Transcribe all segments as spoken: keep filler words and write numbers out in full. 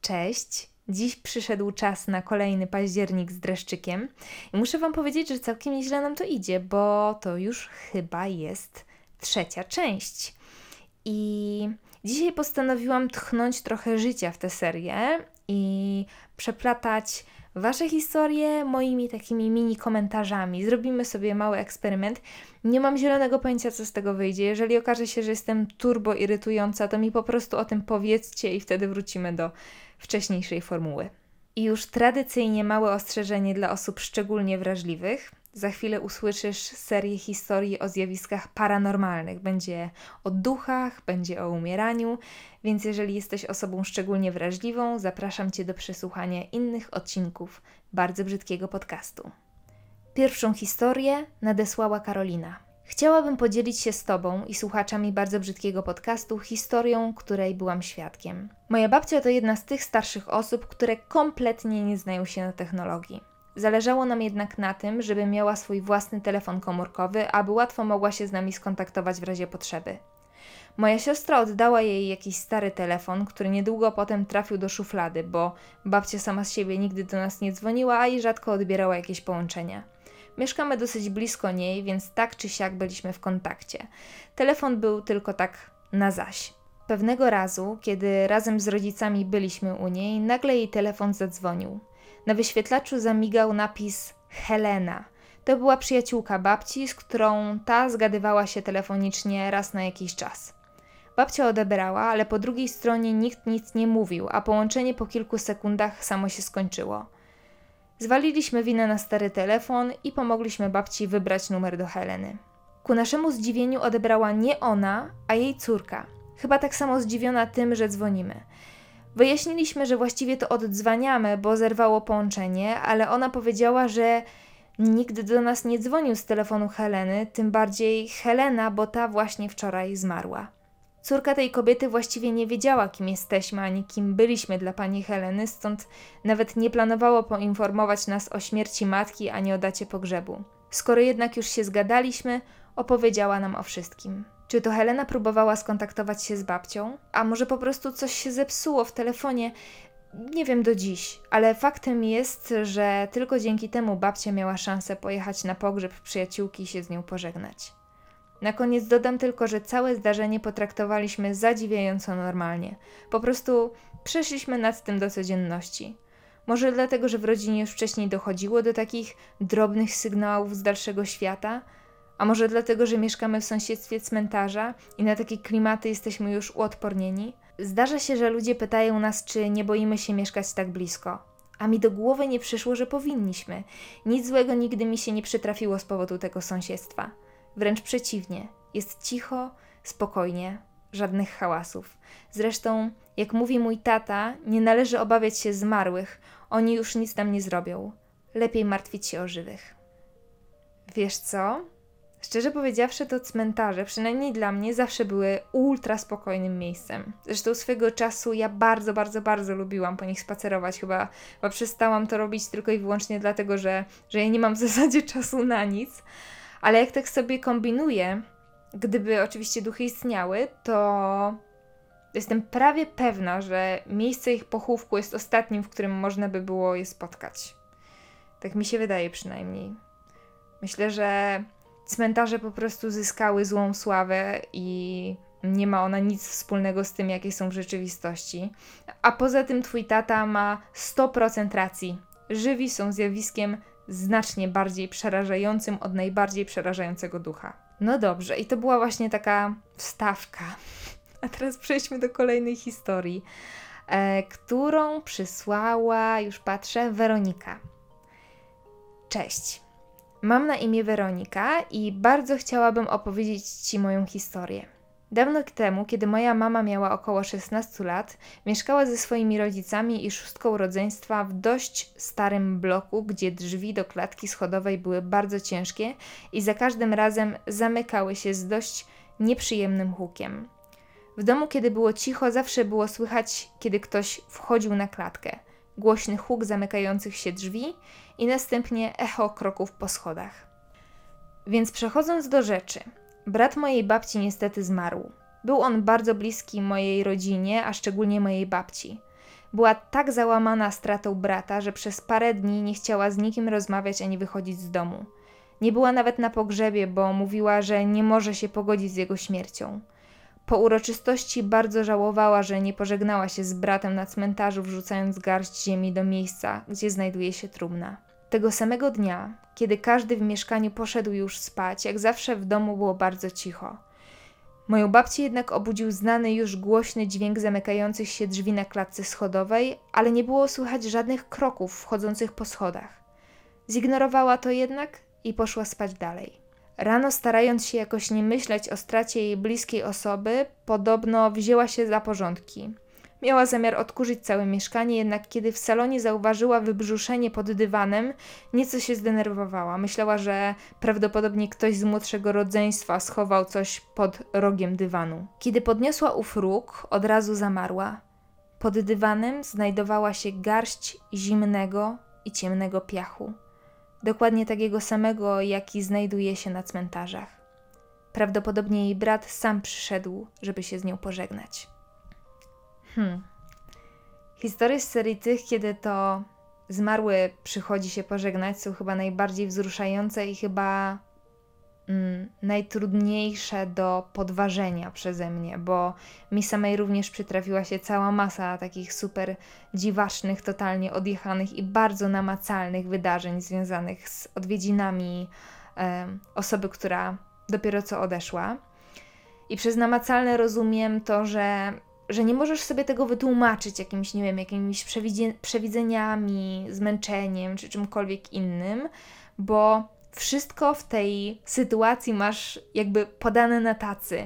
Cześć! Dziś przyszedł czas na kolejny październik z dreszczykiem i muszę Wam powiedzieć, że całkiem nieźle nam to idzie, bo to już chyba jest trzecia część. I dzisiaj postanowiłam tchnąć trochę życia w tę serię i przeplatać Wasze historie moimi takimi mini komentarzami. Zrobimy sobie mały eksperyment. Nie mam zielonego pojęcia, co z tego wyjdzie. Jeżeli okaże się, że jestem turbo irytująca, to mi po prostu o tym powiedzcie i wtedy wrócimy do wcześniejszej formuły. I już tradycyjnie małe ostrzeżenie dla osób szczególnie wrażliwych. Za chwilę usłyszysz serię historii o zjawiskach paranormalnych. Będzie o duchach, będzie o umieraniu, więc jeżeli jesteś osobą szczególnie wrażliwą, zapraszam Cię do przesłuchania innych odcinków bardzo brzydkiego podcastu. Pierwszą historię nadesłała Karolina. Chciałabym podzielić się z Tobą i słuchaczami bardzo brzydkiego podcastu historią, której byłam świadkiem. Moja babcia to jedna z tych starszych osób, które kompletnie nie znają się na technologii. Zależało nam jednak na tym, żeby miała swój własny telefon komórkowy, aby łatwo mogła się z nami skontaktować w razie potrzeby. Moja siostra oddała jej jakiś stary telefon, który niedługo potem trafił do szuflady, bo babcia sama z siebie nigdy do nas nie dzwoniła, a i rzadko odbierała jakieś połączenia. Mieszkamy dosyć blisko niej, więc tak czy siak byliśmy w kontakcie. Telefon był tylko tak na zaś. Pewnego razu, kiedy razem z rodzicami byliśmy u niej, nagle jej telefon zadzwonił. Na wyświetlaczu zamigał napis Helena. To była przyjaciółka babci, z którą ta zgadywała się telefonicznie raz na jakiś czas. Babcia odebrała, ale po drugiej stronie nikt nic nie mówił, a połączenie po kilku sekundach samo się skończyło. Zwaliliśmy winę na stary telefon i pomogliśmy babci wybrać numer do Heleny. Ku naszemu zdziwieniu odebrała nie ona, a jej córka. Chyba tak samo zdziwiona tym, że dzwonimy. Wyjaśniliśmy, że właściwie to oddzwaniamy, bo zerwało połączenie, ale ona powiedziała, że nikt do nas nie dzwonił z telefonu Heleny, tym bardziej Helena, bo ta właśnie wczoraj zmarła. Córka tej kobiety właściwie nie wiedziała, kim jesteśmy, ani kim byliśmy dla pani Heleny, stąd nawet nie planowało poinformować nas o śmierci matki, ani o dacie pogrzebu. Skoro jednak już się zgadaliśmy, opowiedziała nam o wszystkim. Czy to Helena próbowała skontaktować się z babcią? A może po prostu coś się zepsuło w telefonie? Nie wiem do dziś, ale faktem jest, że tylko dzięki temu babcia miała szansę pojechać na pogrzeb przyjaciółki i się z nią pożegnać. Na koniec dodam tylko, że całe zdarzenie potraktowaliśmy zadziwiająco normalnie. Po prostu przeszliśmy nad tym do codzienności. Może dlatego, że w rodzinie już wcześniej dochodziło do takich drobnych sygnałów z dalszego świata? A może dlatego, że mieszkamy w sąsiedztwie cmentarza i na takie klimaty jesteśmy już uodpornieni? Zdarza się, że ludzie pytają nas, czy nie boimy się mieszkać tak blisko. A mi do głowy nie przyszło, że powinniśmy. Nic złego nigdy mi się nie przytrafiło z powodu tego sąsiedztwa. Wręcz przeciwnie. Jest cicho, spokojnie, żadnych hałasów. Zresztą, jak mówi mój tata, nie należy obawiać się zmarłych. Oni już nic nam nie zrobią. Lepiej martwić się o żywych. Wiesz co? Szczerze powiedziawszy, to cmentarze, przynajmniej dla mnie, zawsze były ultra spokojnym miejscem. Zresztą swego czasu ja bardzo, bardzo, bardzo lubiłam po nich spacerować. Chyba, chyba przestałam to robić tylko i wyłącznie dlatego, że, że ja nie mam w zasadzie czasu na nic. Ale jak tak sobie kombinuję, gdyby oczywiście duchy istniały, to jestem prawie pewna, że miejsce ich pochówku jest ostatnim, w którym można by było je spotkać. Tak mi się wydaje przynajmniej. Myślę, że cmentarze po prostu zyskały złą sławę i nie ma ona nic wspólnego z tym, jakie są w rzeczywistości. A poza tym twój tata ma sto procent racji. Żywi są zjawiskiem znacznie bardziej przerażającym od najbardziej przerażającego ducha. No dobrze, i to była właśnie taka wstawka. A teraz przejdźmy do kolejnej historii, e, którą przysłała, już patrzę, Weronika. Cześć. Mam na imię Weronika i bardzo chciałabym opowiedzieć Ci moją historię. Dawno temu, kiedy moja mama miała około szesnaście lat, mieszkała ze swoimi rodzicami i szóstką rodzeństwa w dość starym bloku, gdzie drzwi do klatki schodowej były bardzo ciężkie i za każdym razem zamykały się z dość nieprzyjemnym hukiem. W domu, kiedy było cicho, zawsze było słychać, kiedy ktoś wchodził na klatkę. Głośny huk zamykających się drzwi i następnie echo kroków po schodach. Więc przechodząc do rzeczy, brat mojej babci niestety zmarł. Był on bardzo bliski mojej rodzinie, a szczególnie mojej babci. Była tak załamana stratą brata, że przez parę dni nie chciała z nikim rozmawiać ani wychodzić z domu. Nie była nawet na pogrzebie, bo mówiła, że nie może się pogodzić z jego śmiercią. Po uroczystości bardzo żałowała, że nie pożegnała się z bratem na cmentarzu, wrzucając garść ziemi do miejsca, gdzie znajduje się trumna. Tego samego dnia, kiedy każdy w mieszkaniu poszedł już spać, jak zawsze w domu było bardzo cicho. Moją babcię jednak obudził znany już głośny dźwięk zamykających się drzwi na klatce schodowej, ale nie było słychać żadnych kroków wchodzących po schodach. Zignorowała to jednak i poszła spać dalej. Rano, starając się jakoś nie myśleć o stracie jej bliskiej osoby, podobno wzięła się za porządki. Miała zamiar odkurzyć całe mieszkanie, jednak kiedy w salonie zauważyła wybrzuszenie pod dywanem, nieco się zdenerwowała. Myślała, że prawdopodobnie ktoś z młodszego rodzeństwa schował coś pod rogiem dywanu. Kiedy podniosła ów róg, od razu zamarła. Pod dywanem znajdowała się garść zimnego i ciemnego piachu. Dokładnie takiego samego, jaki znajduje się na cmentarzach. Prawdopodobnie jej brat sam przyszedł, żeby się z nią pożegnać. Hmm. Historie z serii tych, kiedy to zmarły przychodzi się pożegnać, są chyba najbardziej wzruszające i chyba mm, najtrudniejsze do podważenia przeze mnie, bo mi samej również przytrafiła się cała masa takich super dziwacznych, totalnie odjechanych i bardzo namacalnych wydarzeń związanych z odwiedzinami e, osoby, która dopiero co odeszła. I przez namacalne rozumiem to, że że nie możesz sobie tego wytłumaczyć jakimiś, nie wiem, jakimiś przewidzie- przewidzeniami, zmęczeniem czy czymkolwiek innym, bo wszystko w tej sytuacji masz jakby podane na tacy.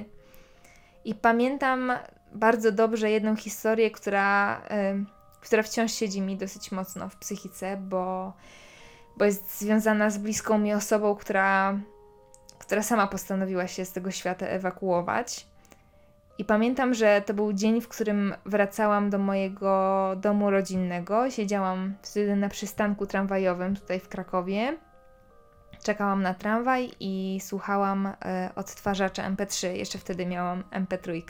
I pamiętam bardzo dobrze jedną historię, która, yy, która wciąż siedzi mi dosyć mocno w psychice, bo, bo jest związana z bliską mi osobą, która, która sama postanowiła się z tego świata ewakuować. I pamiętam, że to był dzień, w którym wracałam do mojego domu rodzinnego. Siedziałam wtedy na przystanku tramwajowym tutaj w Krakowie. Czekałam na tramwaj i słuchałam e, odtwarzacza em pe trzy. Jeszcze wtedy miałam em pe trzy.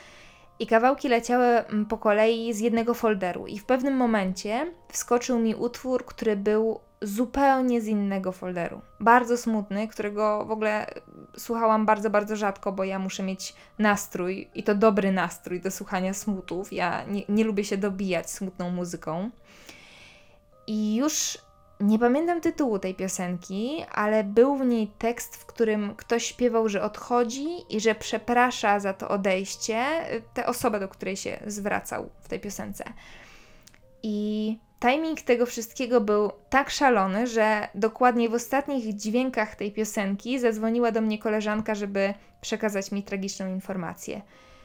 I kawałki leciały po kolei z jednego folderu. I w pewnym momencie wskoczył mi utwór, który był zupełnie z innego folderu. Bardzo smutny, którego w ogóle słuchałam bardzo, bardzo rzadko, bo ja muszę mieć nastrój i to dobry nastrój do słuchania smutów. Ja nie, nie lubię się dobijać smutną muzyką. I już nie pamiętam tytułu tej piosenki, ale był w niej tekst, w którym ktoś śpiewał, że odchodzi i że przeprasza za to odejście tę osobę, do której się zwracał w tej piosence. I timing tego wszystkiego był tak szalony, że dokładnie w ostatnich dźwiękach tej piosenki zadzwoniła do mnie koleżanka, żeby przekazać mi tragiczną informację.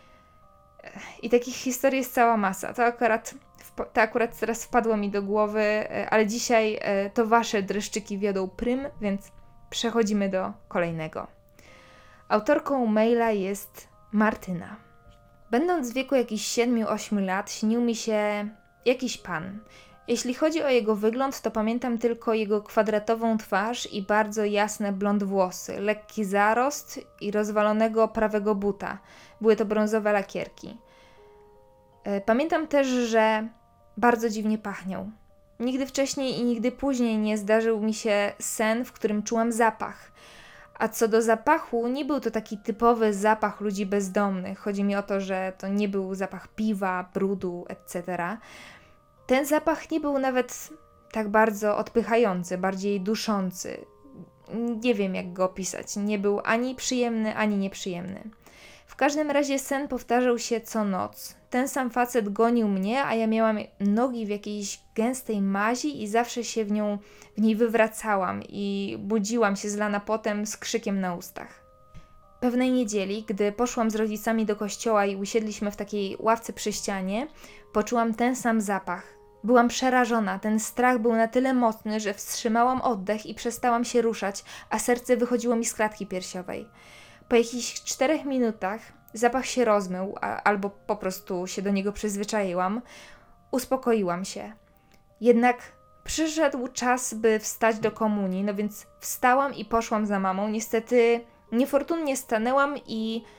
I takich historii jest cała masa. To akurat, to akurat teraz wpadło mi do głowy, ale dzisiaj to wasze dreszczyki wiodą prym, więc przechodzimy do kolejnego. Autorką maila jest Martyna. Będąc w wieku jakichś siedmiu ośmiu lat, śnił mi się jakiś pan. Jeśli chodzi o jego wygląd, to pamiętam tylko jego kwadratową twarz i bardzo jasne blond włosy, lekki zarost i rozwalonego prawego buta. Były to brązowe lakierki. Pamiętam też, że bardzo dziwnie pachniał. Nigdy wcześniej i nigdy później nie zdarzył mi się sen, w którym czułam zapach. A co do zapachu, nie był to taki typowy zapach ludzi bezdomnych. Chodzi mi o to, że to nie był zapach piwa, brudu, et cetera. Ten zapach nie był nawet tak bardzo odpychający, bardziej duszący. Nie wiem, jak go opisać. Nie był ani przyjemny, ani nieprzyjemny. W każdym razie sen powtarzał się co noc. Ten sam facet gonił mnie, a ja miałam nogi w jakiejś gęstej mazi i zawsze się w nią, w niej wywracałam i budziłam się zlana potem z krzykiem na ustach. Pewnej niedzieli, gdy poszłam z rodzicami do kościoła i usiedliśmy w takiej ławce przy ścianie, poczułam ten sam zapach. Byłam przerażona, ten strach był na tyle mocny, że wstrzymałam oddech i przestałam się ruszać, a serce wychodziło mi z klatki piersiowej. Po jakichś czterech minutach zapach się rozmył, a, albo po prostu się do niego przyzwyczaiłam. Uspokoiłam się. Jednak przyszedł czas, by wstać do komunii, no więc wstałam i poszłam za mamą. Niestety niefortunnie stanęłam i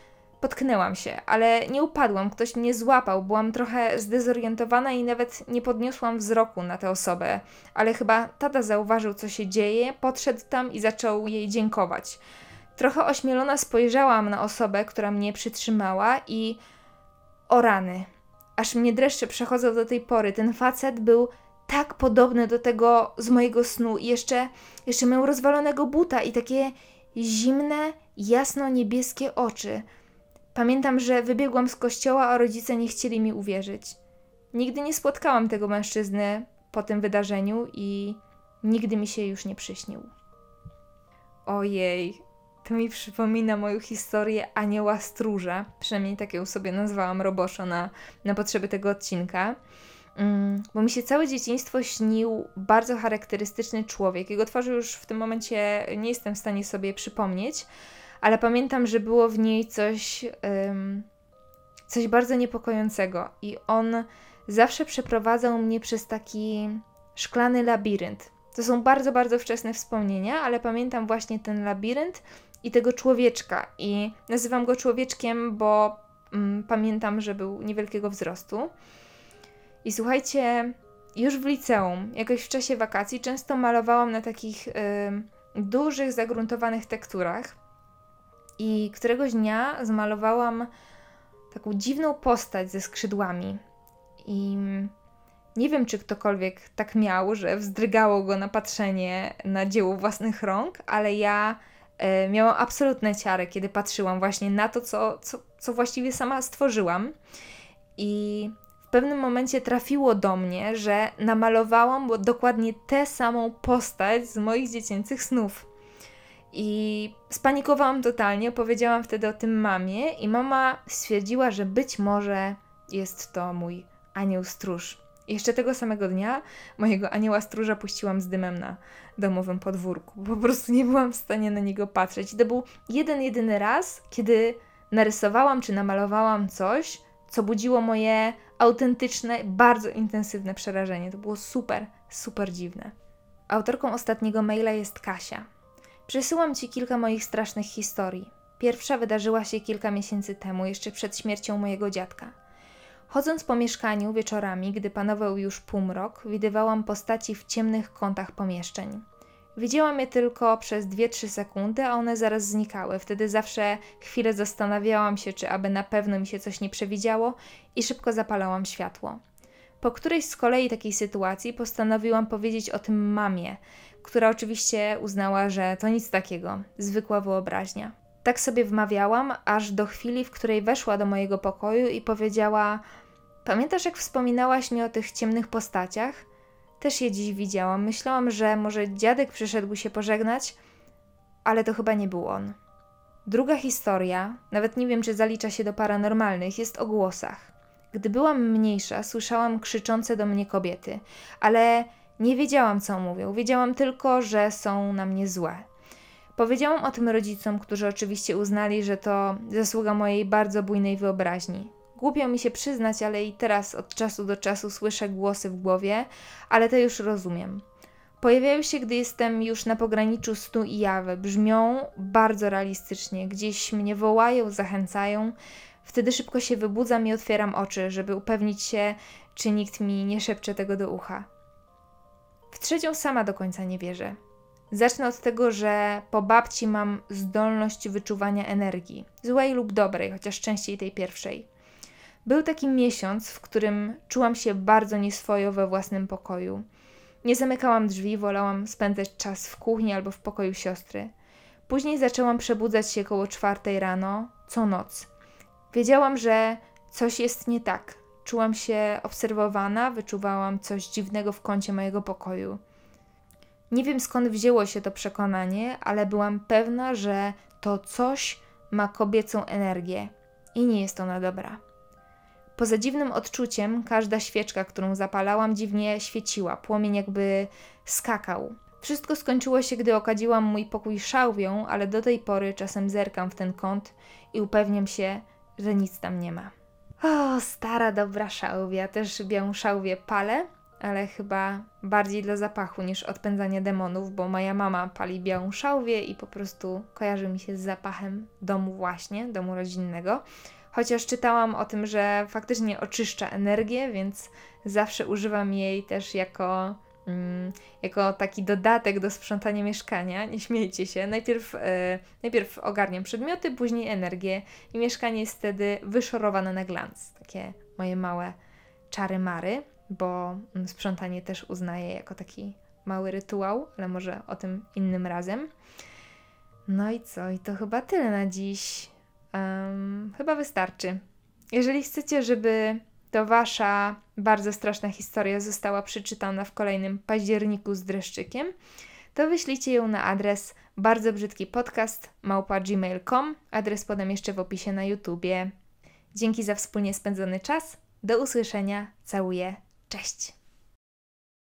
potknęłam się, ale nie upadłam, ktoś mnie złapał, byłam trochę zdezorientowana i nawet nie podniosłam wzroku na tę osobę, ale chyba tata zauważył, co się dzieje, podszedł tam i zaczął jej dziękować. Trochę ośmielona spojrzałam na osobę, która mnie przytrzymała i o rany, aż mnie dreszcze przechodzą do tej pory. Ten facet był tak podobny do tego z mojego snu i jeszcze, jeszcze miał rozwalonego buta i takie zimne, jasno-niebieskie oczy. Pamiętam, że wybiegłam z kościoła, a rodzice nie chcieli mi uwierzyć. Nigdy nie spotkałam tego mężczyzny po tym wydarzeniu i nigdy mi się już nie przyśnił. Ojej, to mi przypomina moją historię anioła stróża. Przynajmniej tak ją sobie nazwałam roboczo na, na potrzeby tego odcinka. Mm, bo mi się całe dzieciństwo śnił bardzo charakterystyczny człowiek. Jego twarzy już w tym momencie nie jestem w stanie sobie przypomnieć, ale pamiętam, że było w niej coś, um, coś bardzo niepokojącego i on zawsze przeprowadzał mnie przez taki szklany labirynt. To są bardzo, bardzo wczesne wspomnienia, ale pamiętam właśnie ten labirynt i tego człowieczka i nazywam go człowieczkiem, bo um, pamiętam, że był niewielkiego wzrostu. I słuchajcie, już w liceum, jakoś w czasie wakacji, często malowałam na takich y, dużych, zagruntowanych tekturach. I któregoś dnia zmalowałam taką dziwną postać ze skrzydłami. I nie wiem, czy ktokolwiek tak miał, że wzdrygało go na patrzenie na dzieło własnych rąk, ale ja y, miałam absolutne ciary, kiedy patrzyłam właśnie na to, co, co, co właściwie sama stworzyłam. I w pewnym momencie trafiło do mnie, że namalowałam dokładnie tę samą postać z moich dziecięcych snów. I spanikowałam totalnie, opowiedziałam wtedy o tym mamie i mama stwierdziła, że być może jest to mój anioł stróż. I jeszcze tego samego dnia mojego anioła stróża puściłam z dymem na domowym podwórku. Po prostu nie byłam w stanie na niego patrzeć. I to był jeden, jedyny raz, kiedy narysowałam czy namalowałam coś, co budziło moje autentyczne, bardzo intensywne przerażenie. To było super, super dziwne. Autorką ostatniego maila jest Kasia. Przesyłam Ci kilka moich strasznych historii. Pierwsza wydarzyła się kilka miesięcy temu, jeszcze przed śmiercią mojego dziadka. Chodząc po mieszkaniu wieczorami, gdy panował już półmrok, widywałam postaci w ciemnych kątach pomieszczeń. Widziałam je tylko przez dwie trzy sekundy, a one zaraz znikały. Wtedy zawsze chwilę zastanawiałam się, czy aby na pewno mi się coś nie przewidziało i szybko zapalałam światło. Po którejś z kolei takiej sytuacji postanowiłam powiedzieć o tym mamie, która oczywiście uznała, że to nic takiego, zwykła wyobraźnia. Tak sobie wmawiałam, aż do chwili, w której weszła do mojego pokoju i powiedziała: pamiętasz, jak wspominałaś mi o tych ciemnych postaciach? Też je dziś widziałam. Myślałam, że może dziadek przyszedł się pożegnać, ale to chyba nie był on. Druga historia, nawet nie wiem, czy zalicza się do paranormalnych, jest o głosach. Gdy byłam mniejsza, słyszałam krzyczące do mnie kobiety, ale nie wiedziałam, co mówią. Wiedziałam tylko, że są na mnie złe. Powiedziałam o tym rodzicom, którzy oczywiście uznali, że to zasługa mojej bardzo bujnej wyobraźni. Głupio mi się przyznać, ale i teraz od czasu do czasu słyszę głosy w głowie, ale to już rozumiem. Pojawiają się, gdy jestem już na pograniczu snu i jawy. Brzmią bardzo realistycznie. Gdzieś mnie wołają, zachęcają. Wtedy szybko się wybudzam i otwieram oczy, żeby upewnić się, czy nikt mi nie szepcze tego do ucha. W trzecią sama do końca nie wierzę. Zacznę od tego, że po babci mam zdolność wyczuwania energii. Złej lub dobrej, chociaż częściej tej pierwszej. Był taki miesiąc, w którym czułam się bardzo nieswojo we własnym pokoju. Nie zamykałam drzwi, wolałam spędzać czas w kuchni albo w pokoju siostry. Później zaczęłam przebudzać się koło czwartej rano, co noc. Wiedziałam, że coś jest nie tak. Czułam się obserwowana, wyczuwałam coś dziwnego w kącie mojego pokoju. Nie wiem, skąd wzięło się to przekonanie, ale byłam pewna, że to coś ma kobiecą energię i nie jest ona dobra. Poza dziwnym odczuciem, każda świeczka, którą zapalałam, dziwnie świeciła, płomień jakby skakał. Wszystko skończyło się, gdy okadziłam mój pokój szałwią, ale do tej pory czasem zerkam w ten kąt i upewniam się, że nic tam nie ma. O, stara dobra szałwia, też białą szałwię palę ale chyba bardziej dla zapachu niż odpędzania demonów, bo moja mama pali białą szałwię i po prostu kojarzy mi się z zapachem domu właśnie, domu rodzinnego. Chociaż czytałam o tym, że faktycznie oczyszcza energię, więc zawsze używam jej też jako, mm, jako taki dodatek do sprzątania mieszkania. Nie śmiejcie się. Najpierw, e, najpierw ogarniam przedmioty, później energię i mieszkanie jest wtedy wyszorowane na glans. Takie moje małe czary-mary, bo mm, sprzątanie też uznaję jako taki mały rytuał, ale może o tym innym razem. No i co? I to chyba tyle na dziś. Um, chyba wystarczy. Jeżeli chcecie, żeby to wasza bardzo straszna historia została przeczytana w kolejnym październiku z dreszczykiem, to wyślijcie ją na adres bardzo brzydki podcast małpa gmail kropka com. Adres podam jeszcze w opisie na YouTubie. Dzięki za wspólnie spędzony czas. Do usłyszenia. Całuję. Cześć!